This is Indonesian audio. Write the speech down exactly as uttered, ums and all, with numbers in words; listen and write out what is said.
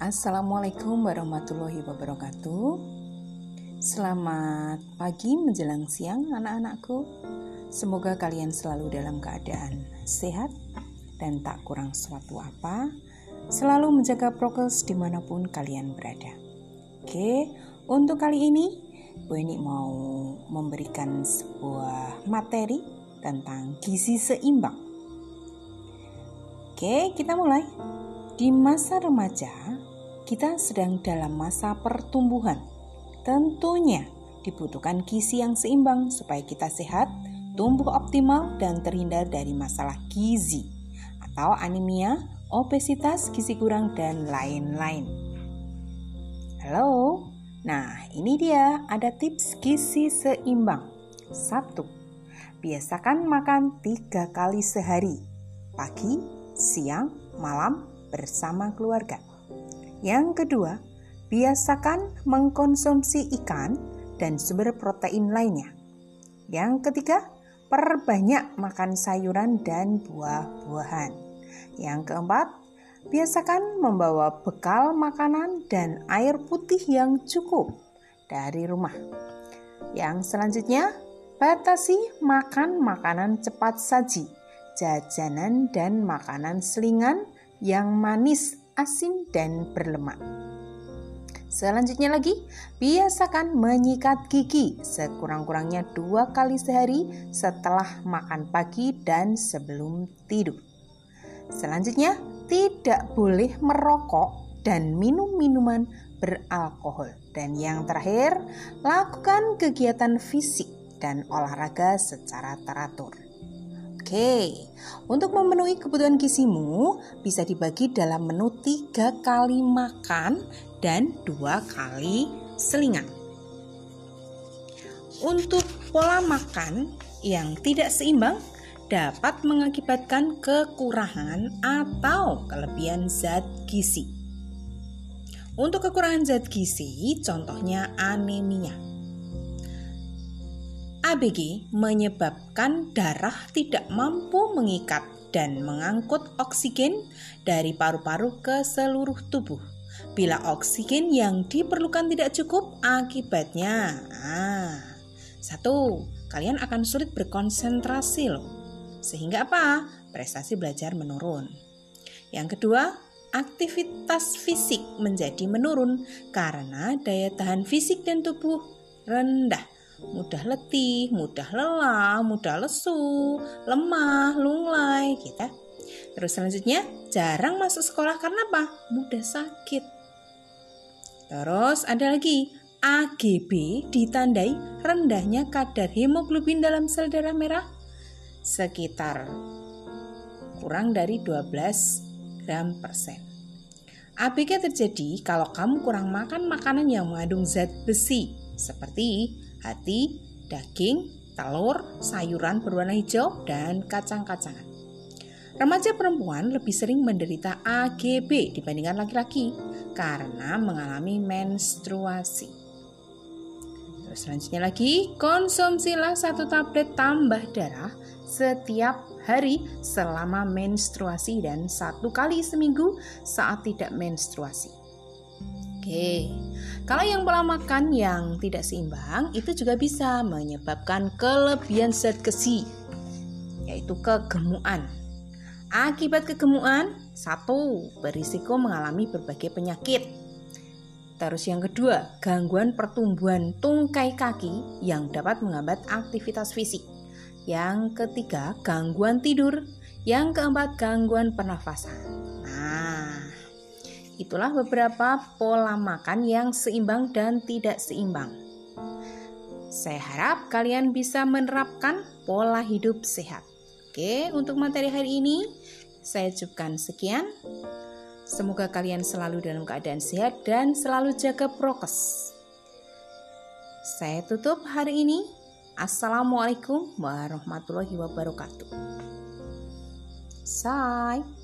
Assalamualaikum warahmatullahi wabarakatuh. Selamat pagi menjelang siang anak-anakku. Semoga kalian selalu dalam keadaan sehat dan tak kurang suatu apa. Selalu menjaga prokes dimanapun kalian berada. Oke, untuk kali ini Bu Eni mau memberikan sebuah materi tentang gizi seimbang. Oke, kita mulai. Di masa remaja, kita sedang dalam masa pertumbuhan. Tentunya dibutuhkan gizi yang seimbang supaya kita sehat, tumbuh optimal, dan terhindar dari masalah gizi atau anemia, obesitas, gizi kurang, dan lain-lain. Halo, nah ini dia ada tips gizi seimbang. Satu, biasakan makan tiga kali sehari, pagi, siang, malam bersama keluarga. Yang kedua, biasakan mengkonsumsi ikan dan sumber protein lainnya. Yang ketiga, perbanyak makan sayuran dan buah-buahan. Yang keempat, biasakan membawa bekal makanan dan air putih yang cukup dari rumah. Yang selanjutnya, batasi makan makanan cepat saji, jajanan dan makanan selingan yang manis, asin, dan berlemak. Selanjutnya lagi, biasakan menyikat gigi sekurang-kurangnya dua kali sehari setelah makan pagi dan sebelum tidur. Selanjutnya, tidak boleh merokok dan minum minuman beralkohol. Dan yang terakhir, lakukan kegiatan fisik dan olahraga secara teratur. Oke, untuk memenuhi kebutuhan gizimu bisa dibagi dalam menu tiga kali makan dan dua kali selingan. Untuk pola makan yang tidak seimbang dapat mengakibatkan kekurangan atau kelebihan zat gizi. Untuk kekurangan zat gizi, contohnya anemia. A B G menyebabkan darah tidak mampu mengikat dan mengangkut oksigen dari paru-paru ke seluruh tubuh. Bila oksigen yang diperlukan tidak cukup, akibatnya ah, satu, kalian akan sulit berkonsentrasi loh. Sehingga apa? Prestasi belajar menurun. Yang kedua, aktivitas fisik menjadi menurun karena daya tahan fisik dan tubuh rendah. Mudah letih, mudah lelah, mudah lesu, lemah, lunglai, gitu. Terus selanjutnya, jarang masuk sekolah karena apa? Mudah sakit. Terus ada lagi, A G B ditandai rendahnya kadar hemoglobin dalam sel darah merah sekitar kurang dari dua belas gram persen. A B G terjadi kalau kamu kurang makan makanan yang mengandung zat besi seperti hati, daging, telur, sayuran berwarna hijau, dan kacang-kacangan. Remaja perempuan lebih sering menderita A G B dibandingkan laki-laki karena mengalami menstruasi. Terus selanjutnya lagi, konsumsilah satu tablet tambah darah setiap hari selama menstruasi dan satu kali seminggu saat tidak menstruasi. Oke, kalau yang pola makan yang tidak seimbang itu juga bisa menyebabkan kelebihan zat gizi, yaitu kegemukan. Akibat kegemukan, satu, berisiko mengalami berbagai penyakit. Terus yang kedua, gangguan pertumbuhan tungkai kaki yang dapat menghambat aktivitas fisik. Yang ketiga, gangguan tidur. Yang keempat, gangguan pernafasan. Nah, itulah beberapa pola makan yang seimbang dan tidak seimbang. Saya harap kalian bisa menerapkan pola hidup sehat. Oke, untuk materi hari ini saya cukupkan sekian. Semoga kalian selalu dalam keadaan sehat dan selalu jaga prokes. Saya tutup hari ini. Assalamualaikum warahmatullahi wabarakatuh. Bye.